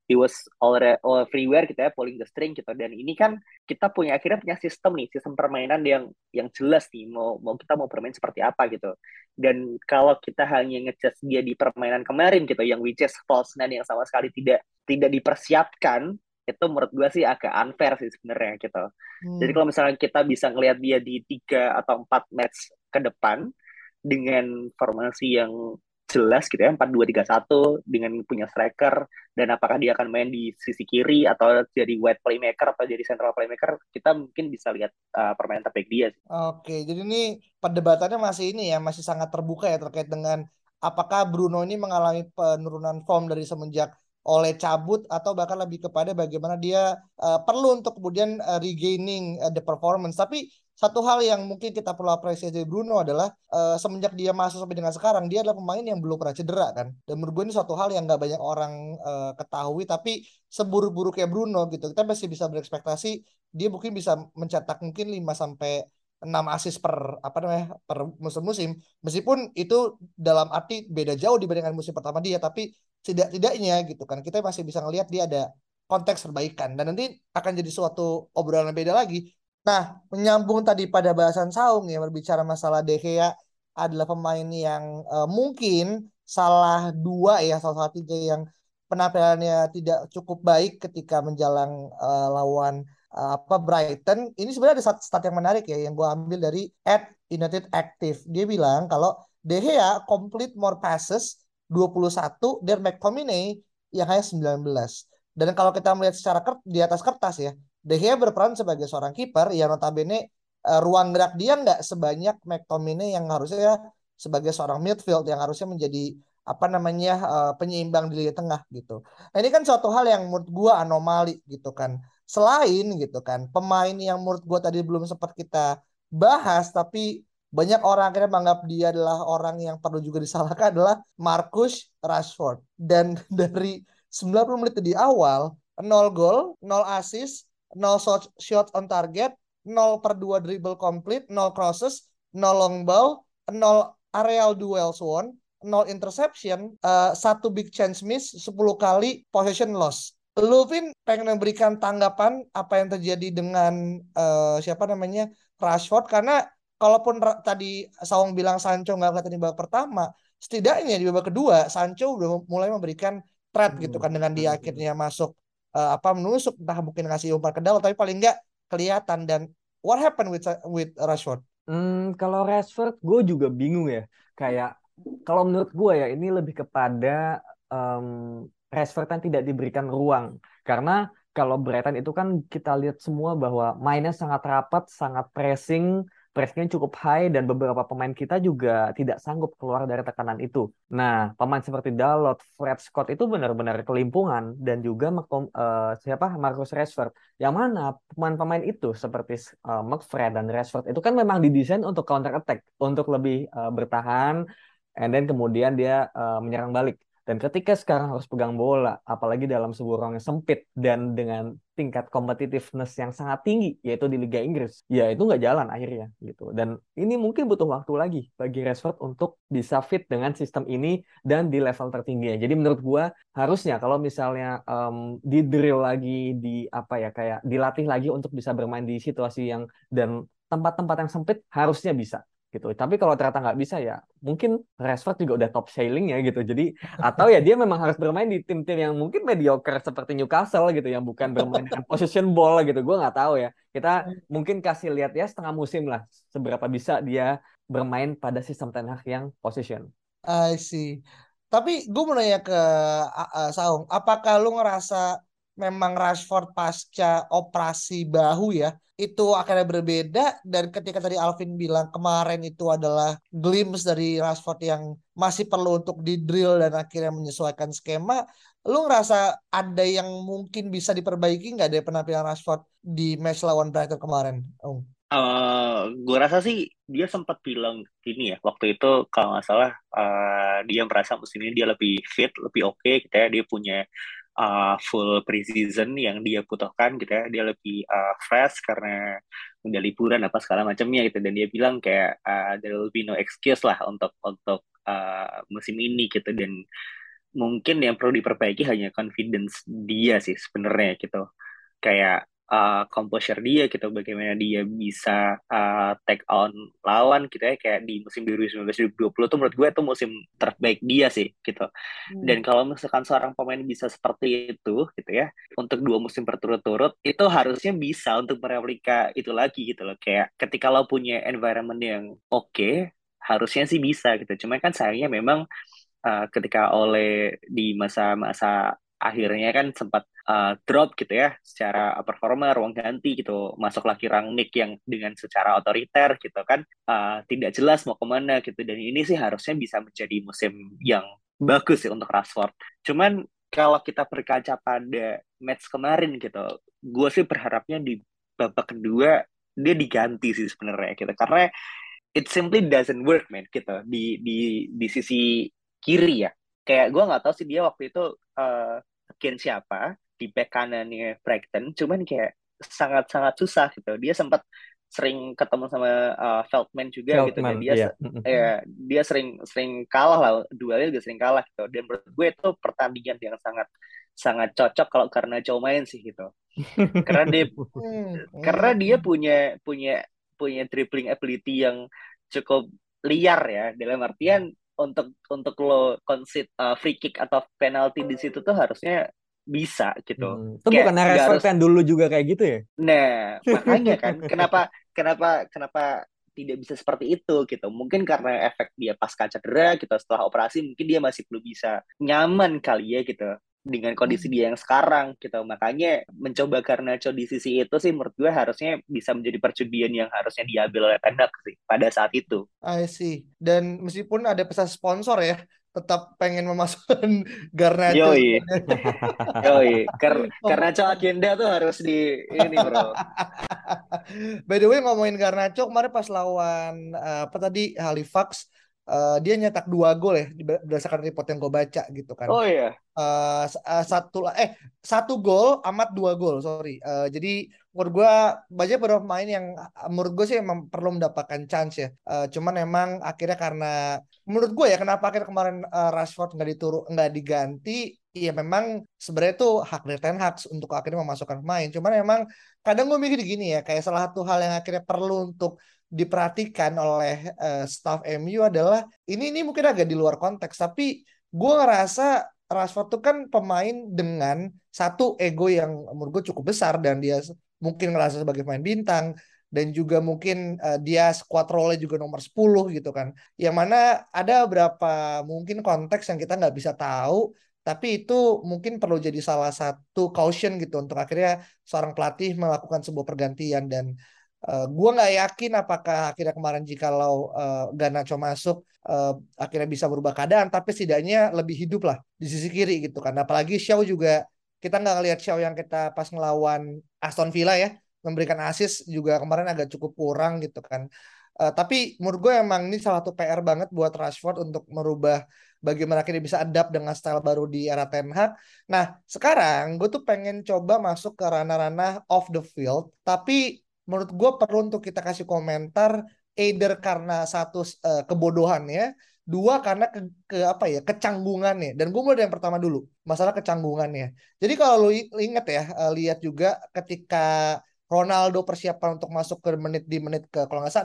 he was all everywhere gitu ya, pulling the string gitu. Dan ini kan kita akhirnya punya sistem permainan yang jelas nih, kita mau bermain seperti apa gitu. Dan kalau kita hanya ngejudge dia di permainan kemarin gitu, yang which is false nine yang sama sekali tidak dipersiapkan, itu menurut gue sih agak unfair sih sebenarnya gitu. Jadi kalau misalnya kita bisa ngelihat dia di 3 atau 4 match ke depan dengan formasi yang jelas gitu ya, 4-2-3-1 dengan punya striker, dan apakah dia akan main di sisi kiri atau jadi wide playmaker atau jadi central playmaker, kita mungkin bisa lihat permainan terbaik dia sih. Oke, jadi ini perdebatannya masih ini ya, masih sangat terbuka ya terkait dengan apakah Bruno ini mengalami penurunan form dari semenjak oleh cabut, atau bahkan lebih kepada bagaimana dia perlu untuk kemudian regaining the performance. Tapi satu hal yang mungkin kita perlu apresiasi Bruno adalah semenjak dia masuk sampai dengan sekarang, dia adalah pemain yang belum pernah cedera kan. Dan menurut gue ini suatu hal yang nggak banyak orang ketahui, tapi seburuk-buruknya Bruno gitu, kita masih bisa berekspektasi dia mungkin bisa mencetak mungkin 5 sampai 6 assist per musim-musim, meskipun itu dalam arti beda jauh dibandingkan musim pertama dia, tapi tidak-tidaknya gitu kan kita masih bisa ngelihat dia ada konteks perbaikan, dan nanti akan jadi suatu obrolan yang beda lagi. Nah, menyambung tadi pada bahasan Saung ya, berbicara masalah De Gea adalah pemain yang mungkin salah satu yang penampilannya tidak cukup baik ketika menjelang lawan Brighton. Ini sebenarnya ada stat yang menarik ya yang gue ambil dari United Active. Dia bilang kalau De Gea complete more passes 21 dan McTominay yang hanya 19. Dan kalau kita melihat secara di atas kertas ya, De Gea berperan sebagai seorang kiper yang notabene ruang gerak dia nggak sebanyak McTominay yang harusnya sebagai seorang midfield yang harusnya menjadi penyeimbang di lini tengah gitu. Nah, ini kan suatu hal yang menurut gua anomali gitu kan. Selain gitu kan, pemain yang menurut gue tadi belum sempat kita bahas, tapi banyak orang akhirnya menganggap dia adalah orang yang perlu juga disalahkan adalah Marcus Rashford. Dan dari 90 menit di awal, 0 gol, 0 assist, 0 shot on target, 0/2 dribble complete, 0 crosses, 0 long ball, 0 aerial duels won, 0 interception, 1 big chance miss, 10 kali possession loss. Lu Vin pengen memberikan tanggapan apa yang terjadi dengan Rashford, karena kalaupun tadi Sawong bilang Sancho nggak kelihatan di babak pertama, setidaknya di babak kedua Sancho udah mulai memberikan threat gitu kan, dengan dia akhirnya masuk menusuk, entah mungkin ngasih umpan ke dalam, tapi paling nggak kelihatan. Dan what happened with Rashford? Kalau Rashford gue juga bingung ya, kayak kalau menurut gue ya ini lebih kepada Rashford yang tidak diberikan ruang. Karena kalau Brighton itu kan kita lihat semua bahwa mainnya sangat rapat, sangat pressingnya cukup high, dan beberapa pemain kita juga tidak sanggup keluar dari tekanan itu. Nah, pemain seperti Dalot, Fred Scott itu benar-benar kelimpungan, dan juga Marcus Rashford. Yang mana pemain-pemain itu seperti McFred dan Rashford itu kan memang didesain untuk counter attack, untuk lebih bertahan, and then kemudian dia menyerang balik. Dan ketika sekarang harus pegang bola, apalagi dalam sebuah ruang yang sempit dan dengan tingkat competitiveness yang sangat tinggi, yaitu di Liga Inggris, ya itu nggak jalan akhirnya gitu. Dan ini mungkin butuh waktu lagi bagi Rashford untuk bisa fit dengan sistem ini dan di level tertingginya. Jadi menurut gua harusnya kalau misalnya di drill lagi, kayak dilatih lagi untuk bisa bermain di situasi yang dan tempat-tempat yang sempit, harusnya bisa gitu. Tapi kalau ternyata nggak bisa, ya mungkin Rashford juga udah top sailing ya gitu. Jadi atau ya dia memang harus bermain di tim-tim yang mungkin mediocre seperti Newcastle gitu, yang bukan bermain dengan possession ball gitu. Gue nggak tahu ya. Kita mungkin kasih lihat ya setengah musim lah seberapa bisa dia bermain pada sistem Ten Hag yang possession. I see. Tapi gue mau nanya ke Saung, apakah lu ngerasa memang Rashford pasca operasi bahu ya itu akhirnya berbeda, dan ketika tadi Alvin bilang kemarin itu adalah glimpse dari Rashford yang masih perlu untuk di drill dan akhirnya menyesuaikan skema, lu ngerasa ada yang mungkin bisa diperbaiki nggak dari penampilan Rashford di match lawan Brighton kemarin? Gue rasa sih dia sempat bilang gini ya waktu itu, kalau nggak salah dia merasa musim ini dia lebih fit, lebih oke gitu ya, dia punya full preseason yang dia butuhkan gitu ya, dia lebih fresh karena udah liburan apa segala macamnya gitu, dan dia bilang kayak there will be no excuse lah untuk musim ini gitu. Dan mungkin yang perlu diperbaiki hanya confidence dia sih sebenarnya gitu. Kayak composure dia gitu, bagaimana dia bisa take on lawan gitu ya, kayak di musim 2019-2020 tuh menurut gue itu musim terbaik dia sih gitu. Dan Hmm. kalau misalkan seorang pemain bisa seperti itu gitu ya, untuk 2 musim berturut-turut itu harusnya bisa untuk mereplika itu lagi gitu loh. Kayak ketika lo punya environment yang oke, harusnya sih bisa gitu. Cuma kan sayangnya memang ketika Ole di masa-masa akhirnya kan sempat drop gitu ya secara performa, ruang ganti gitu, masuk lagi Rangnick yang dengan secara otoriter gitu kan, tidak jelas mau kemana gitu. Dan ini sih harusnya bisa menjadi musim yang bagus ya untuk Rashford. Cuman kalau kita berkaca pada match kemarin gitu, gue sih berharapnya di babak kedua dia diganti sih sebenarnya gitu, karena it simply doesn't work man gitu di sisi kiri ya. Kayak gue nggak tahu sih dia waktu itu against siapa di back kanannya Brighton, cuman kayak sangat-sangat susah gitu. Dia sempat sering ketemu sama Feldman juga gitu, dan Feldman, dia iya. dia sering sering kalah lah, duelnya juga sering kalah gitu. Dan menurut gue itu pertandingan yang sangat sangat cocok kalau karena Joe main sih gitu, karena dia Hmm. karena dia Hmm. punya punya punya dribbling ability yang cukup liar ya, dalam artian untuk lo concede free kick atau penalti di situ tuh harusnya bisa gitu, Itu kayak bukannya nggak Rashford harus. yang dulu juga kayak gitu ya? Nah, makanya kan kenapa kenapa kenapa tidak bisa seperti itu gitu. Mungkin karena efek dia pasca cedera gitu, setelah operasi mungkin dia masih belum bisa nyaman kali ya gitu dengan kondisi Hmm. dia yang sekarang gitu. Makanya mencoba Garnacho di sisi itu sih menurut gue harusnya bisa menjadi perjudian yang harusnya diambil oleh Ten Hag sih pada saat itu. I see. Dan meskipun ada pesan sponsor ya, tetap pengen memasukkan Garnacho Yoi, sebagai yoi. Karena pemain. agenda tuh harus di ini bro. By the way, ngomongin Garnacho kemarin pas lawan apa tadi Halifax, dia nyetak 2 gol ya berdasarkan report yang gue baca gitu kan. Oh iya. Eh, satu satu gol amat 2 gol, sorry. Jadi menurut gue banyak beberapa pemain yang menurut gue sih emang perlu mendapatkan chance ya. Cuman emang akhirnya karena menurut gue ya kenapa akhirnya kemarin Rashford nggak diganti. Iya memang sebenarnya itu hak dari Ten Hag untuk akhirnya memasukkan pemain. Cuman emang kadang gue mikir gini ya, kayak salah satu hal yang akhirnya perlu untuk diperhatikan oleh staff MU adalah ini mungkin agak di luar konteks, tapi gue ngerasa Rashford tuh kan pemain dengan satu ego yang menurut gue cukup besar, dan dia mungkin ngerasa sebagai pemain bintang, dan juga mungkin dia squad role juga nomor 10 gitu kan, yang mana ada beberapa mungkin konteks yang kita nggak bisa tahu, tapi itu mungkin perlu jadi salah satu caution gitu untuk akhirnya seorang pelatih melakukan sebuah pergantian. Dan gue nggak yakin apakah akhirnya kemarin jikalau Garnacho masuk uh, akhirnya bisa berubah keadaan, tapi setidaknya lebih hidup lah di sisi kiri gitu kan. Apalagi Shaw juga, kita nggak ngelihat Shaw yang kita pas ngelawan Aston Villa ya, memberikan assist juga kemarin agak cukup kurang gitu kan. Tapi menurut gue emang ini salah satu PR banget buat Rashford untuk merubah bagaimana kita bisa adapt dengan style baru di era Ten Hag. Nah, sekarang gue tuh pengen coba masuk ke ranah-ranah off the field, tapi menurut gue perlu untuk kita kasih komentar, either karena satu kebodohannya, dua karena apa ya, kecanggungannya. Dan gue mulai dari yang pertama dulu, masalah kecanggungannya. Jadi kalau lu inget ya, lihat juga ketika Ronaldo persiapan untuk masuk ke menit ke kalau nggak salah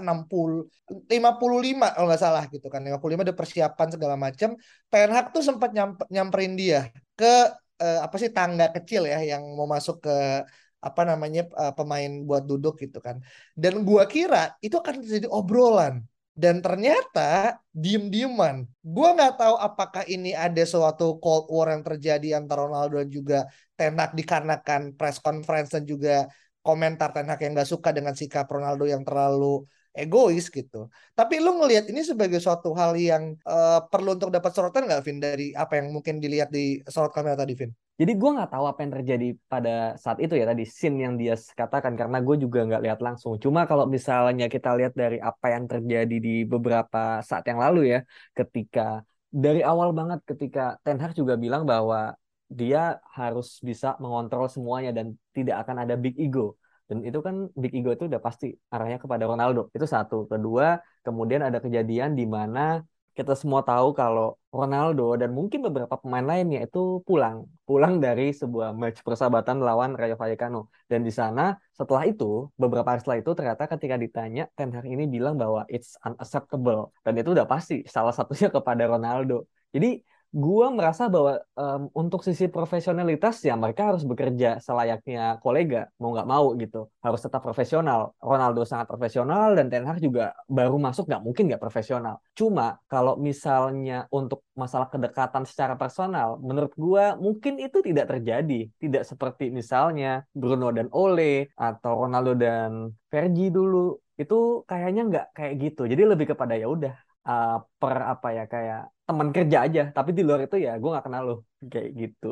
55 kalau nggak salah gitu kan, 55 ada persiapan segala macam. Ten Hag tuh sempat nyamperin dia ke apa sih, tangga kecil ya yang mau masuk ke apa namanya, pemain buat duduk gitu kan. Dan gua kira itu akan jadi obrolan. Dan ternyata diem-dieman. Gua nggak tahu apakah ini ada suatu cold war yang terjadi antara Ronaldo dan juga Ten Hag dikarenakan press conference dan juga komentar Ten Hag yang nggak suka dengan sikap Ronaldo yang terlalu egois gitu. Tapi lu ngelihat ini sebagai suatu hal yang perlu untuk dapat sorotan nggak, Vin, dari apa yang mungkin dilihat di sorot kamera tadi, Vin? Jadi gue nggak tahu apa yang terjadi pada saat itu ya tadi scene yang dia katakan karena gue juga nggak lihat langsung. Cuma kalau misalnya kita lihat dari apa yang terjadi di beberapa saat yang lalu ya, ketika dari awal banget ketika Ten Hag juga bilang bahwa dia harus bisa mengontrol semuanya dan tidak akan ada big ego. Dan itu kan big ego itu udah pasti arahnya kepada Ronaldo. Itu satu. Kedua, kemudian ada kejadian di mana kita semua tahu kalau Ronaldo dan mungkin beberapa pemain lainnya itu pulang dari sebuah match persahabatan lawan Rayo Vallecano. Dan di sana setelah itu, beberapa hari setelah itu ternyata ketika ditanya, Ten Hag ini bilang bahwa it's unacceptable. Dan itu udah pasti salah satunya kepada Ronaldo. Jadi gua merasa bahwa untuk sisi profesionalitas ya mereka harus bekerja selayaknya kolega, mau nggak mau gitu. Harus tetap profesional. Ronaldo sangat profesional dan Ten Hag juga baru masuk nggak mungkin nggak profesional. Cuma kalau misalnya untuk masalah kedekatan secara personal, menurut gua mungkin itu tidak terjadi. Tidak seperti misalnya Bruno dan Ole atau Ronaldo dan Fergie dulu. Itu kayaknya nggak kayak gitu. Jadi lebih kepada ya udah per apa ya kayak teman kerja aja. Tapi di luar itu ya gue nggak kenal lo kayak gitu.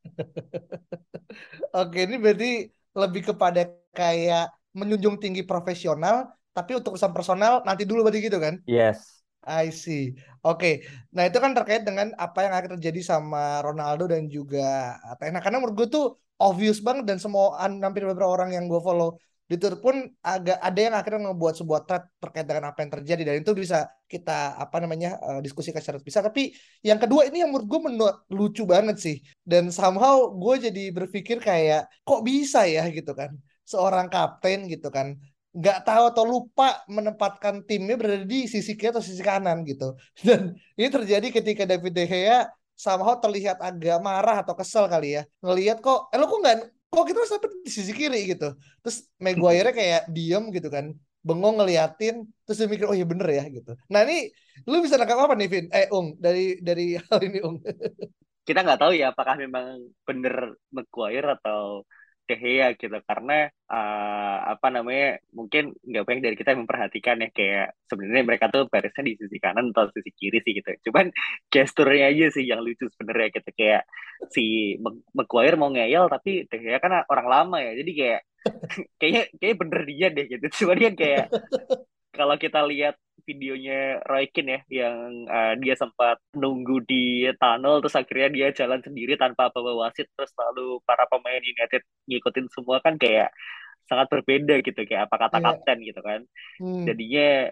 Oke, ini berarti lebih kepada kayak menjunjung tinggi profesional, tapi untuk urusan personal nanti dulu berarti gitu kan? Yes. I see. Oke, nah itu kan terkait dengan apa yang akan terjadi sama Ronaldo dan juga Ten Hag. Karena menurut gue tuh obvious banget dan semua hampir beberapa orang yang gue follow di Twitter pun agak ada yang akhirnya membuat sebuah thread terkait dengan apa yang terjadi dan itu bisa kita apa namanya diskusikan secara bisa. Tapi yang kedua ini yang menurut gue lucu banget sih dan somehow gue jadi berpikir kayak kok bisa ya gitu kan seorang kapten gitu kan nggak tahu atau lupa menempatkan timnya berada di sisi kiri atau sisi kanan gitu. Dan ini terjadi ketika David De Gea somehow terlihat agak marah atau kesel kali ya. Ngelihat lo kok nggak kok kita sampai di sisi kiri gitu. Terus Maguire kayak diem gitu kan. Bengong ngeliatin terus dia mikir oh iya bener ya gitu. Nah ini lu bisa nangkap apa nih Vin? Dari hal ini Kita nggak tahu ya apakah memang bener Maguire atau De Gea gitu karena apa namanya mungkin nggak banyak dari kita yang memperhatikan ya kayak sebenarnya mereka tuh barisnya di sisi kanan atau sisi kiri sih gitu cuman gesturnya aja sih yang lucu sebenarnya gitu kayak si Maguire mau ngeyel tapi De Gea kan orang lama ya jadi kayak kayaknya bener dia deh gitu cuman kan kayak kalau kita lihat videonya Roy Keane ya yang dia sempat nunggu di tunnel terus akhirnya dia jalan sendiri tanpa bawa wasit terus lalu para pemain United ngikutin semua kan kayak sangat berbeda gitu kayak apa kata Iya. kapten gitu kan Hmm. jadinya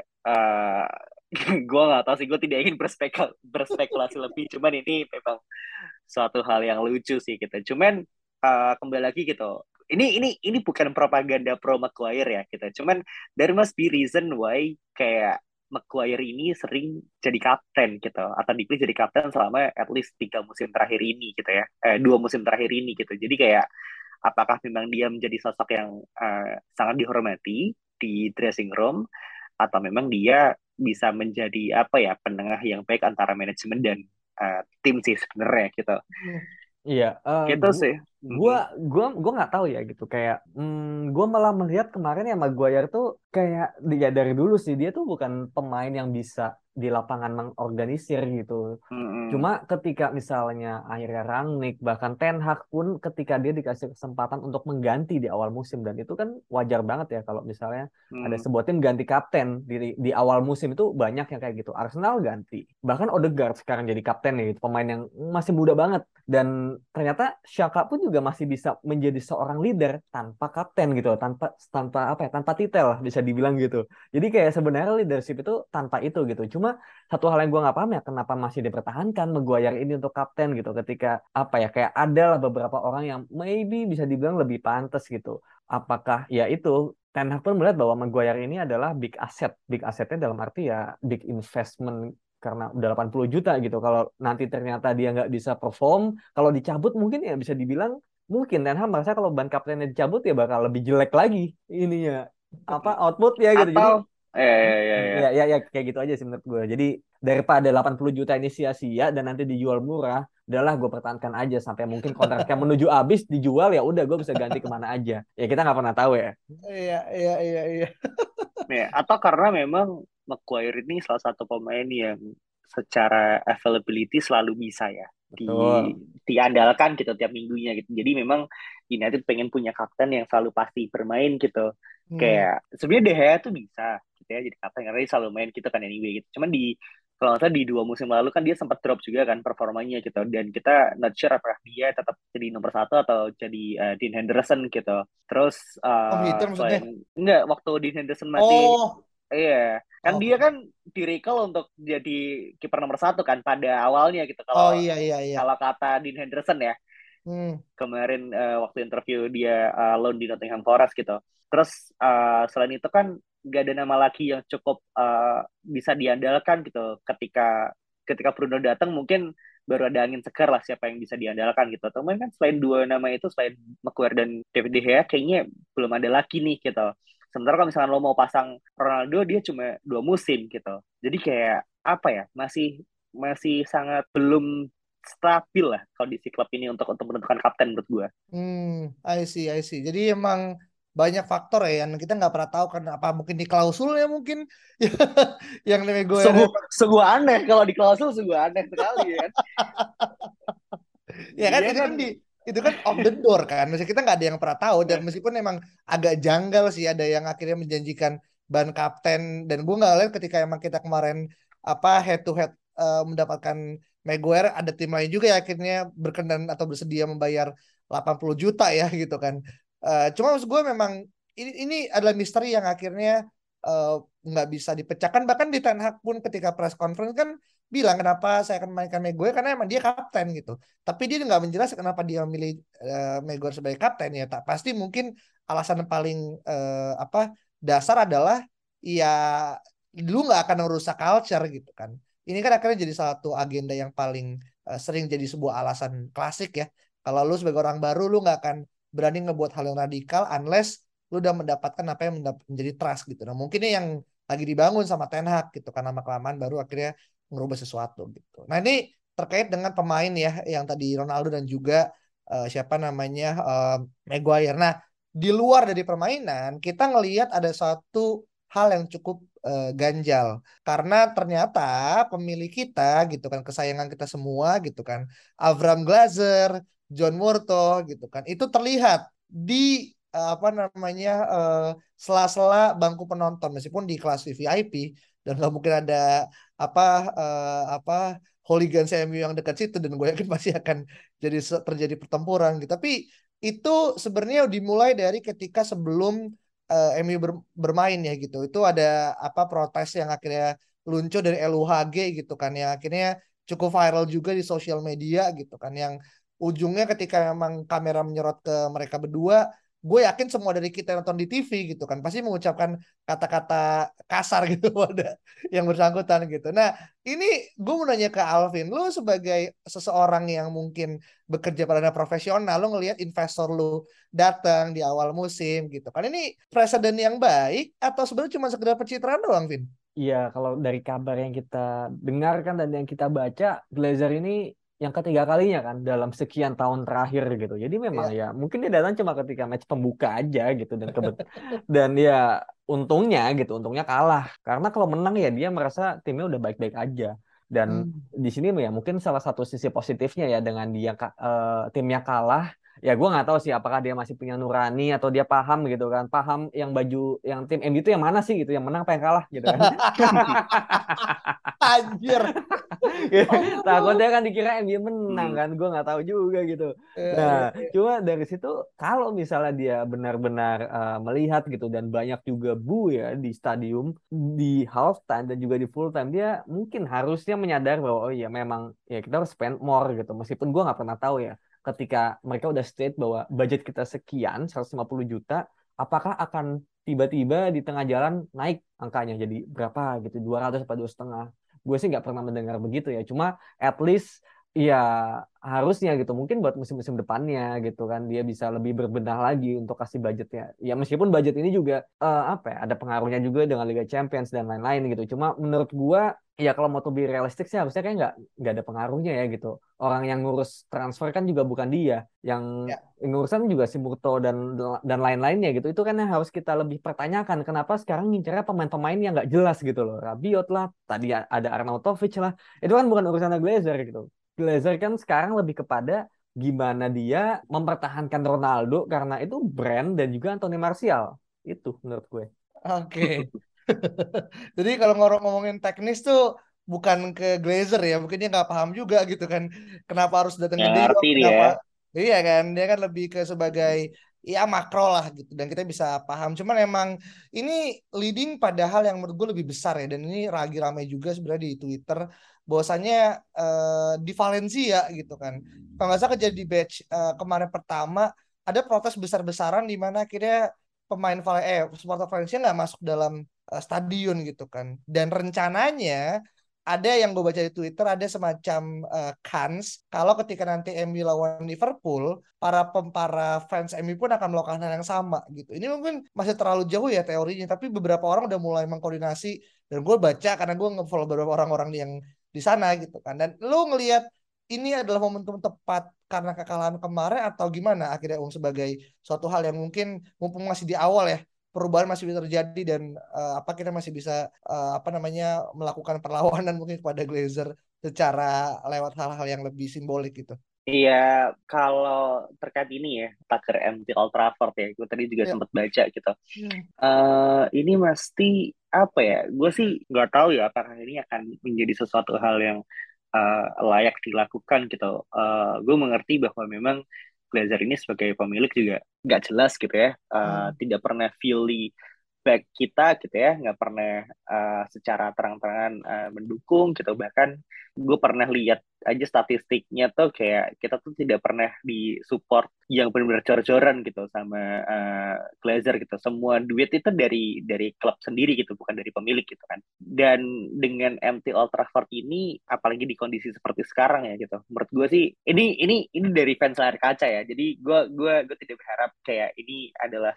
gue nggak tahu sih gue tidak ingin berspekulasi lebih cuman ini memang suatu hal yang lucu sih gitu cuman kembali lagi gitu ini bukan propaganda pro Maguire ya gitu cuman there must be reason why kayak Maguire ini sering jadi kapten gitu atau dipilih jadi kapten selama at least 3 musim terakhir ini gitu ya 2 musim terakhir ini gitu jadi kayak apakah memang dia menjadi sosok yang sangat dihormati di dressing room atau memang dia bisa menjadi apa ya penengah yang baik antara manajemen dan tim sih sebenarnya gitu Iya, gitu sih. gua Mhm. gua nggak tahu ya gitu kayak gua malah melihat kemarin ya Maguire tuh kayak dia dari dulu sih dia tuh bukan pemain yang bisa di lapangan mengorganisir gitu. Mhm. Cuma ketika misalnya akhirnya Rangnick bahkan Ten Hag pun ketika dia dikasih kesempatan untuk mengganti di awal musim dan itu kan wajar banget ya kalau misalnya ada Mhm. sebuah tim ganti kapten di awal musim itu banyak yang kayak gitu. Arsenal ganti. Bahkan Odegaard sekarang jadi kapten nih, gitu. Pemain yang masih muda banget dan ternyata Xhaka pun juga masih bisa menjadi seorang leader tanpa kapten gitu, tanpa tanpa apa ya, tanpa titel lah bisa dibilang gitu. Jadi kayak sebenarnya leadership itu tanpa itu gitu. Cuma satu hal yang gue nggak paham ya kenapa masih dipertahankan Maguire ini untuk kapten gitu ketika apa ya kayak ada lah beberapa orang yang maybe bisa dibilang lebih pantas gitu. Apakah ya itu Ten Hag pun melihat bahwa Maguire ini adalah big asset. Big assetnya dalam arti ya big investment karena udah 80 juta gitu. Kalau nanti ternyata dia nggak bisa perform, kalau dicabut mungkin ya bisa dibilang mungkin Ten Hag merasa kalau ban kaptennya dicabut ya bakal lebih jelek lagi ininya apa outputnya gitu. Jadi Atau ya. ya, ya, ya kayak gitu aja sih menurut gue. Jadi daripada 80 juta ini sia-sia dan nanti dijual murah, udahlah gue pertahankan aja sampai mungkin kontraknya menuju habis dijual ya udah gue bisa ganti kemana aja. Ya kita nggak pernah tahu ya. Iya, iya, iya, iya. Ya, atau karena memang Maguire ini salah satu pemain yang secara availability selalu bisa ya Betul. diandalkan gitu tiap minggunya gitu. Jadi memang United pengen punya kapten yang selalu pasti bermain gitu. Hmm. Kayak sebenarnya De Gea tuh bisa gitu ya jadi kapten karena dia selalu main gitu kan anyway gitu. Cuman kalau nggak salah di 2 musim lalu kan dia sempat drop juga kan performanya gitu dan kita not sure apakah dia tetap jadi nomor satu atau jadi Dean Henderson gitu. Terus Oh, hitam maksudnya. selain enggak waktu Dean Henderson masih Oh, iya Kan Oh, dia kan di recall untuk jadi kiper nomor satu kan pada awalnya gitu. Kalau oh iya iya iya. kalau kata Dean Henderson ya Hmm. kemarin waktu interview dia loan di Nottingham Forest gitu. Terus selain itu kan gak ada nama lagi yang cukup bisa diandalkan gitu. Ketika Bruno datang mungkin baru ada angin segar lah siapa yang bisa diandalkan gitu. Temen kan selain dua nama itu selain Maguire dan David De Gea kayaknya belum ada lagi nih gitu. Sementara kalau misalkan lo mau pasang Ronaldo dia cuma 2 musim gitu. Jadi kayak apa ya masih masih sangat belum stabil lah kondisi klub ini untuk menentukan kapten menurut gue. I see, I see. Jadi emang banyak faktor ya yang kita nggak pernah tahu kan apa mungkin di klausulnya mungkin yang Maguire Sungguh sungguh aneh kalau di klausul sungguh aneh sekali ya kan. ya kan Dia itu kan kan itu kan off the door kan. Maksudnya kita nggak ada yang pernah tahu dan meskipun emang agak janggal sih ada yang akhirnya menjanjikan ban kapten dan gue nggak lihat ketika emang kita kemarin apa head to head mendapatkan Maguire ada tim lain juga ya akhirnya berkenan atau bersedia membayar 80 juta ya gitu kan. Cuma maksud gue memang ini adalah misteri yang akhirnya eh, nggak bisa dipecahkan bahkan di Ten Hag pun ketika press conference kan bilang kenapa saya akan mainkan Maguire karena emang dia kapten gitu. Tapi dia nggak menjelaskan kenapa dia memilih Maguire sebagai kapten ya. Tak pasti mungkin alasan paling apa dasar adalah ya lu nggak akan merusak culture gitu kan. Ini kan akhirnya jadi satu agenda yang paling sering jadi sebuah alasan klasik ya. Kalau lu sebagai orang baru lu nggak akan berani ngebuat hal yang radikal unless lu udah mendapatkan apa yang menjadi trust gitu. Nah mungkin ini yang lagi dibangun sama Ten Hag gitu kan lama kelamaan baru akhirnya ngerubah sesuatu gitu. Nah ini terkait dengan pemain ya yang tadi Ronaldo dan juga siapa namanya Maguire. Nah di luar dari permainan kita ngelihat ada satu hal yang cukup ganjal karena ternyata pemilik kita gitu kan kesayangan kita semua gitu kan Avram Glazer, John Murtough gitu kan itu terlihat di apa namanya sela-sela bangku penonton meskipun di kelas VIP dan nggak mungkin ada apa apa hooligan CMU yang dekat situ dan gue yakin pasti akan jadi terjadi pertempuran gitu. Tapi itu sebenarnya dimulai dari ketika sebelum MU bermain ya gitu. Itu ada apa protes yang akhirnya luncur dari LUHG gitu kan yang akhirnya cukup viral juga di sosial media gitu kan yang ujungnya ketika memang kamera menyorot ke mereka berdua gue yakin semua dari kita yang nonton di TV gitu kan pasti mengucapkan kata-kata kasar gitu pada yang bersangkutan gitu. Nah ini gue mau nanya ke Alvin, lu sebagai seseorang yang mungkin bekerja pada profesional, lu ngelihat investor lu datang di awal musim gitu kan ini presiden yang baik atau sebenarnya cuma sekedar pencitraan doang, Vin? Iya, kalau dari kabar yang kita dengarkan dan yang kita baca, Glazer ini yang ketiga kalinya kan dalam sekian tahun terakhir gitu. Jadi memang Ya. ya mungkin dia datang cuma ketika match pembuka aja gitu dan ya untungnya kalah. Karena kalau menang ya dia merasa timnya udah baik-baik aja. Dan Hmm. di sini ya mungkin salah satu sisi positifnya ya dengan timnya kalah. Ya gue nggak tahu sih apakah dia masih punya nurani atau dia paham gitu kan. Paham yang baju yang tim MU itu yang mana sih gitu, yang menang apa yang kalah gitu kan. Anjir. Takutnya kan dikira MU menang Hmm. kan, gue nggak tahu juga gitu. Ya, Nah, ya, ya. cuma dari situ kalau misalnya dia benar-benar melihat gitu dan banyak juga ya di stadium di half time dan juga di full time, dia mungkin harusnya menyadar bahwa oh iya memang ya kita harus spend more gitu. Meskipun gue nggak pernah tahu ya ketika mereka udah state bahwa budget kita sekian 150 juta, apakah akan tiba-tiba di tengah jalan naik angkanya jadi berapa gitu 200 atau 2,5. Gue sih nggak pernah mendengar begitu ya. Cuma at least ya harusnya gitu. Mungkin buat musim-musim depannya gitu kan dia bisa lebih berbenah lagi untuk kasih budgetnya. Ya meskipun budget ini juga apa ya ada pengaruhnya juga dengan Liga Champions dan lain-lain gitu. Cuma menurut gue ya kalau mau lebih realistik sih harusnya kayak nggak ada pengaruhnya ya gitu. Orang yang ngurus transfer kan juga bukan dia. Yang Ya. ngurusan juga si Murto dan lain-lainnya gitu. Itu kan yang harus kita lebih pertanyakan. Kenapa sekarang ngincernya pemain-pemain yang nggak jelas gitu loh. Rabiot lah, tadi ada Arnautovic lah. Itu kan bukan urusan Glazer gitu. Glazer kan sekarang lebih kepada gimana dia mempertahankan Ronaldo karena itu brand dan juga Anthony Martial. Itu menurut gue. Oke. Jadi kalau ngomongin teknis tuh bukan ke Glazer ya, mungkin dia nggak paham juga gitu kan. Kenapa harus datang ke Nggak De ngerti Jong, dia. kenapa? Iya kan, dia kan lebih ke sebagai ya makro lah gitu dan kita bisa paham. Cuman emang ini leading pada hal yang menurut gue lebih besar ya, dan ini lagi ramai juga sebenarnya di Twitter bahwasannya di Valencia gitu kan. Kalau nggak salah kejadian di batch kemarin pertama ada protes besar-besaran di mana akhirnya supporter Valencia nggak masuk dalam stadion gitu kan. Dan rencananya ada yang gue baca di Twitter ada semacam kans kalau ketika nanti MU lawan Liverpool para fans MU pun akan melakukan hal yang sama gitu. Ini mungkin masih terlalu jauh ya teorinya, tapi beberapa orang udah mulai mengkoordinasi dan gue baca karena gue nge-follow beberapa orang-orang yang di sana gitu kan. Dan lu ngelihat ini adalah momentum tepat karena kekalahan kemarin atau gimana akhirnya sebagai suatu hal yang mungkin mumpung masih di awal ya, perubahan masih bisa terjadi dan apa kita masih bisa apa namanya melakukan perlawanan mungkin kepada Glazer secara lewat hal-hal yang lebih simbolik gitu. Iya, kalau terkait ini ya, Tucker MT Old Trafford ya, gue tadi juga Ya. sempat baca gitu. Hmm. Ini mesti apa ya? Gue sih nggak tahu ya apakah ini akan menjadi sesuatu hal yang layak dilakukan gitu. Gue mengerti bahwa memang Glazer ini sebagai pemilik juga nggak jelas gitu ya, tidak pernah fully back kita gitu ya, nggak pernah secara terang-terangan mendukung gitu. Bahkan gue pernah lihat aja statistiknya tuh kayak kita tuh tidak pernah disupport yang benar-benar jor-joran gitu sama Glazer gitu. Semua duit itu dari klub sendiri gitu, bukan dari pemilik gitu kan. Dan dengan MT Old Trafford ini, apalagi di kondisi seperti sekarang ya gitu, menurut gue sih ini dari fans layar kaca ya. Jadi gue tidak berharap kayak ini adalah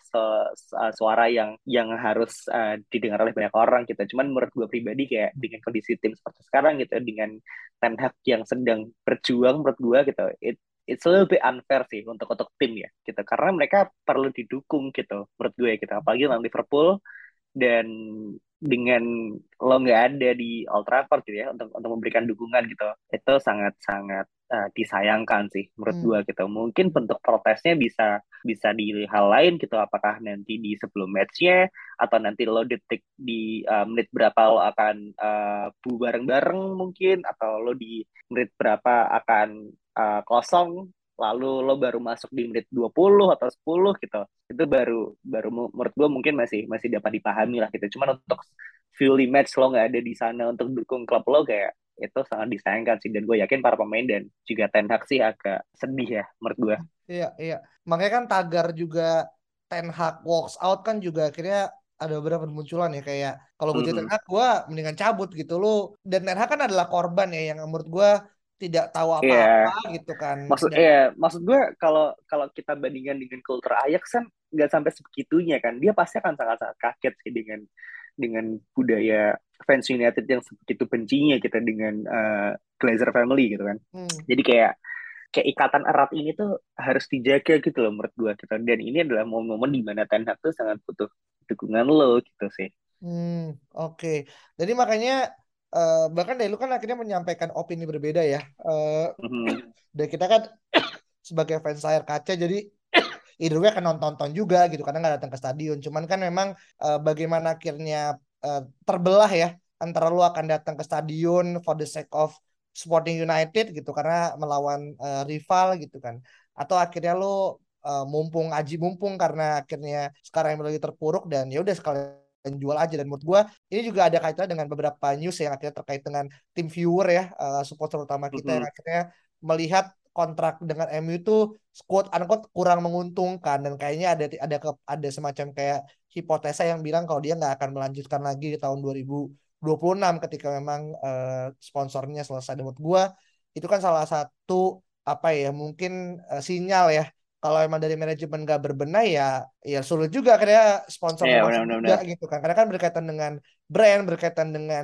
suara yang harus didengar oleh banyak orang gitu. Cuman menurut gue pribadi kayak dengan kondisi tim seperti sekarang gitu, dengan Ten Hag yang sedang berjuang, menurut gue gitu, it's a little bit unfair sih untuk tim ya gitu, karena mereka perlu didukung gitu menurut gue gitu, apalagi lawan Liverpool. Dan dengan lo nggak ada di Old Trafford gitu ya untuk memberikan dukungan gitu, itu sangat sangat disayangkan sih menurut gue gitu. Mungkin bentuk protesnya bisa bisa di hal lain gitu, apakah nanti di sebelum matchnya atau nanti lo detik di menit berapa lo akan bu bareng-bareng mungkin, atau lo di menit berapa akan kosong lalu lo baru masuk di menit 20 atau 10 gitu. Itu baru baru menurut gue mungkin masih masih dapat dipahami lah gitu. Cuman untuk fully match lo nggak ada di sana untuk dukung klub lo, kayak itu sangat disayangkan sih. Dan gue yakin para pemain dan juga Ten Hag sih agak sedih ya menurut gue. Iya, iya. Makanya kan tagar juga Ten Hag walks out kan juga akhirnya ada beberapa munculan ya kayak kalau gue jadi Ten Mm-mm. Hag gue mendingan cabut gitu lu, dan Ten Hag kan adalah korban ya yang menurut gue tidak tahu Iya, apa-apa gitu kan. Dan maksud gue kalau kalau kita bandingkan dengan kultur Ajax kan nggak sampai sebegitunya kan. Dia pasti akan sangat-sangat kaget sih dengan budaya fans United yang sebegitu bencinya kita dengan Glazer family gitu kan. hmm, Jadi kayak ikatan erat ini tuh harus dijaga gitu loh menurut gue gitu. Dan ini adalah momen-momen di mana Ten Hag tuh sangat butuh dukungan lo gitu sih. oke. Jadi makanya bahkan dari lu kan akhirnya menyampaikan opini berbeda ya. Mhm. Dan kita kan sebagai fans layar kaca jadi either way akan nonton juga gitu karena nggak datang ke stadion. Cuman kan memang bagaimana akhirnya terbelah ya antara lu akan datang ke stadion for the sake of supporting United gitu karena melawan rival gitu kan, atau akhirnya lu mumpung karena akhirnya sekarang yang lagi terpuruk dan ya udah sekalian jual aja. Dan menurut gua ini juga ada kaitannya dengan beberapa news yang akhirnya terkait dengan tim viewer ya, supporter utama kita yang Mhm. akhirnya melihat kontrak dengan MU itu quote unquote kurang menguntungkan, dan kayaknya ada semacam kayak hipotesa yang bilang kalau dia nggak akan melanjutkan lagi di tahun 2026 ketika memang sponsornya selesai. Dan menurut gua itu kan salah satu apa ya mungkin sinyal ya kalau emang dari manajemen nggak berbenah ya ya sulit juga karena sponsornya Iya, masuk juga benar-benar. gitu kan, karena kan berkaitan dengan brand, berkaitan dengan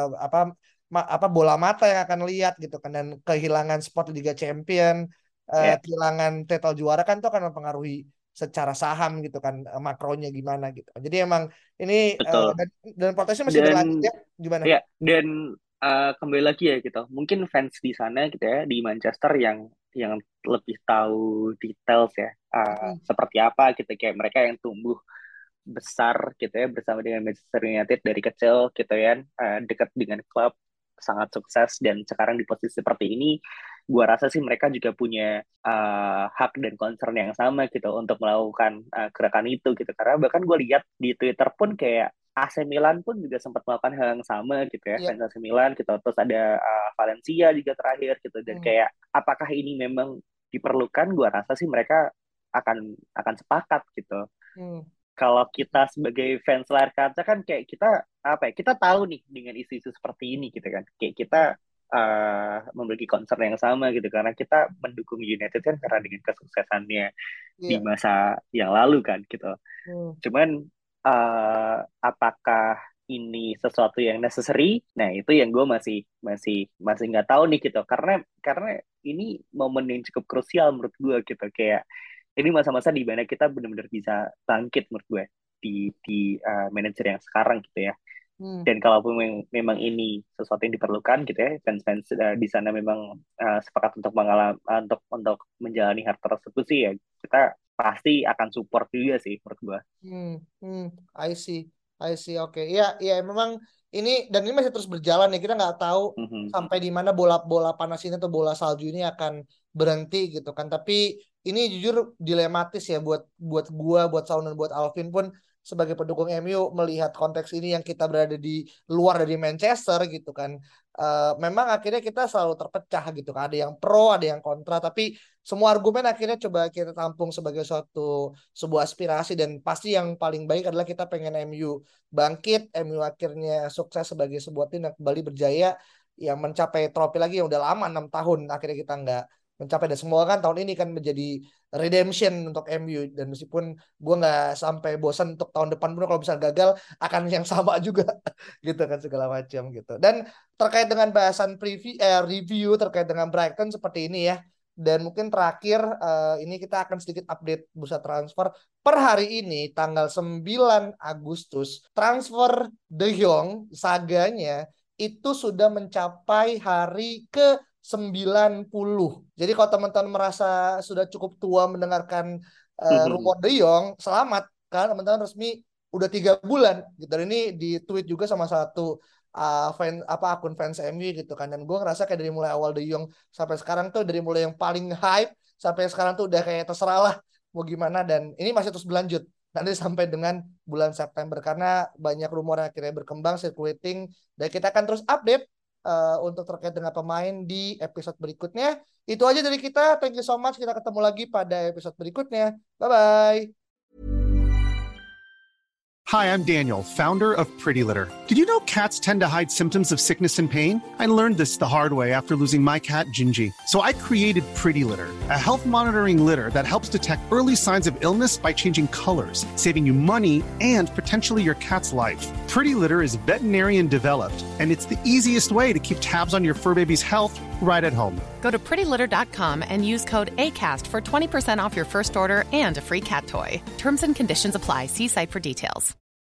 apa bola mata yang akan lihat gitu kan, dan kehilangan spot Liga Champion, Ya, kehilangan title juara kan itu akan mempengaruhi secara saham gitu kan, makronya gimana gitu. Jadi emang ini betul. dan protesnya masih berlanjut Dan ya gimana? ya, dan kembali lagi ya gitu. Mungkin fans di sana gitu ya di Manchester yang lebih tahu details ya. Hmm. Seperti apa gitu, kayak mereka yang tumbuh besar gitu ya bersama dengan Manchester United dari kecil gitu ya, dekat dengan klub, sangat sukses dan sekarang di posisi seperti ini. gua rasa sih mereka juga punya hak dan concern yang sama gitu untuk melakukan gerakan itu gitu. Karena bahkan gue lihat di Twitter pun kayak AC Milan pun juga sempat melakukan hal yang sama gitu ya, fans AC Milan gitu. Terus ada Valencia juga terakhir gitu. Dan kayak apakah ini memang diperlukan? Gue rasa sih mereka akan sepakat gitu. Kalau kita sebagai fans layar kaca kan kayak kita tahu nih dengan isu-isu seperti ini gitu kan, kayak kita memiliki concern yang sama gitu, karena kita mendukung United kan karena dengan kesuksesannya di masa yang lalu kan gitu. Cuman apakah ini sesuatu yang necessary? Nah itu yang gue masih nggak tahu nih gitu, karena ini momen yang cukup krusial menurut gue gitu. Kayak ini masa-masa di mana kita benar-benar bisa bangkit menurut gue di manajer yang sekarang gitu ya. Dan kalaupun memang ini sesuatu yang diperlukan gitu ya, fans-fans di sana memang sepakat untuk untuk menjalani hal tersebut sih ya, kita pasti akan support juga sih menurut gue. I see, oke. Iya, memang ini masih terus berjalan ya. Kita nggak tahu sampai di mana bola panas ini atau bola salju ini akan berhenti gitu kan. Tapi ini jujur dilematis ya buat gua, buat Saun dan buat Alvin pun sebagai pendukung MU melihat konteks ini yang kita berada di luar dari Manchester gitu kan. Memang akhirnya kita selalu terpecah gitu kan. Ada yang pro, ada yang kontra, tapi semua argumen akhirnya coba kita tampung sebagai sebuah aspirasi, dan pasti yang paling baik adalah kita pengen MU bangkit, MU akhirnya sukses sebagai sebuah tim yang kembali berjaya, yang mencapai trofi lagi yang udah lama 6 tahun akhirnya kita nggak mencapai, dan semua kan tahun ini kan menjadi redemption untuk MU. Dan meskipun gue nggak sampai bosan untuk tahun depan pun kalau bisa gagal akan yang sama juga gitu kan, segala macam gitu. Dan terkait dengan bahasan review terkait dengan Brighton seperti ini ya. Dan mungkin terakhir ini kita akan sedikit update bursa transfer per hari ini tanggal 9 Agustus. Transfer De Jong saganya itu sudah mencapai hari ke 90. Jadi kalau teman-teman merasa sudah cukup tua mendengarkan rumor De Jong, selamat kan teman-teman, resmi udah 3 bulan gitu. Dan ini di tweet juga sama satu akun fans MU gitu kan. Dan gue ngerasa kayak dari mulai awal De Jong sampai sekarang tuh, dari mulai yang paling hype sampai sekarang tuh udah kayak terserah lah mau gimana. Dan ini masih terus berlanjut nanti sampai dengan bulan September, karena banyak rumor yang akhirnya berkembang, circulating, dan kita akan terus update untuk terkait dengan pemain di episode berikutnya. Itu aja dari kita. Thank you so much. Kita ketemu lagi pada episode berikutnya. Bye-bye. Hi, I'm Daniel, founder of Pretty Litter. Did you know cats tend to hide symptoms of sickness and pain? I learned this the hard way after losing my cat, Gingy. So I created Pretty Litter, a health monitoring litter that helps detect early signs of illness by changing colors, saving you money and potentially your cat's life. Pretty Litter is veterinarian developed, and it's the easiest way to keep tabs on your fur baby's health right at home. Go to prettylitter.com and use code ACAST for 20% off your first order and a free cat toy. Terms and conditions apply. See site for details.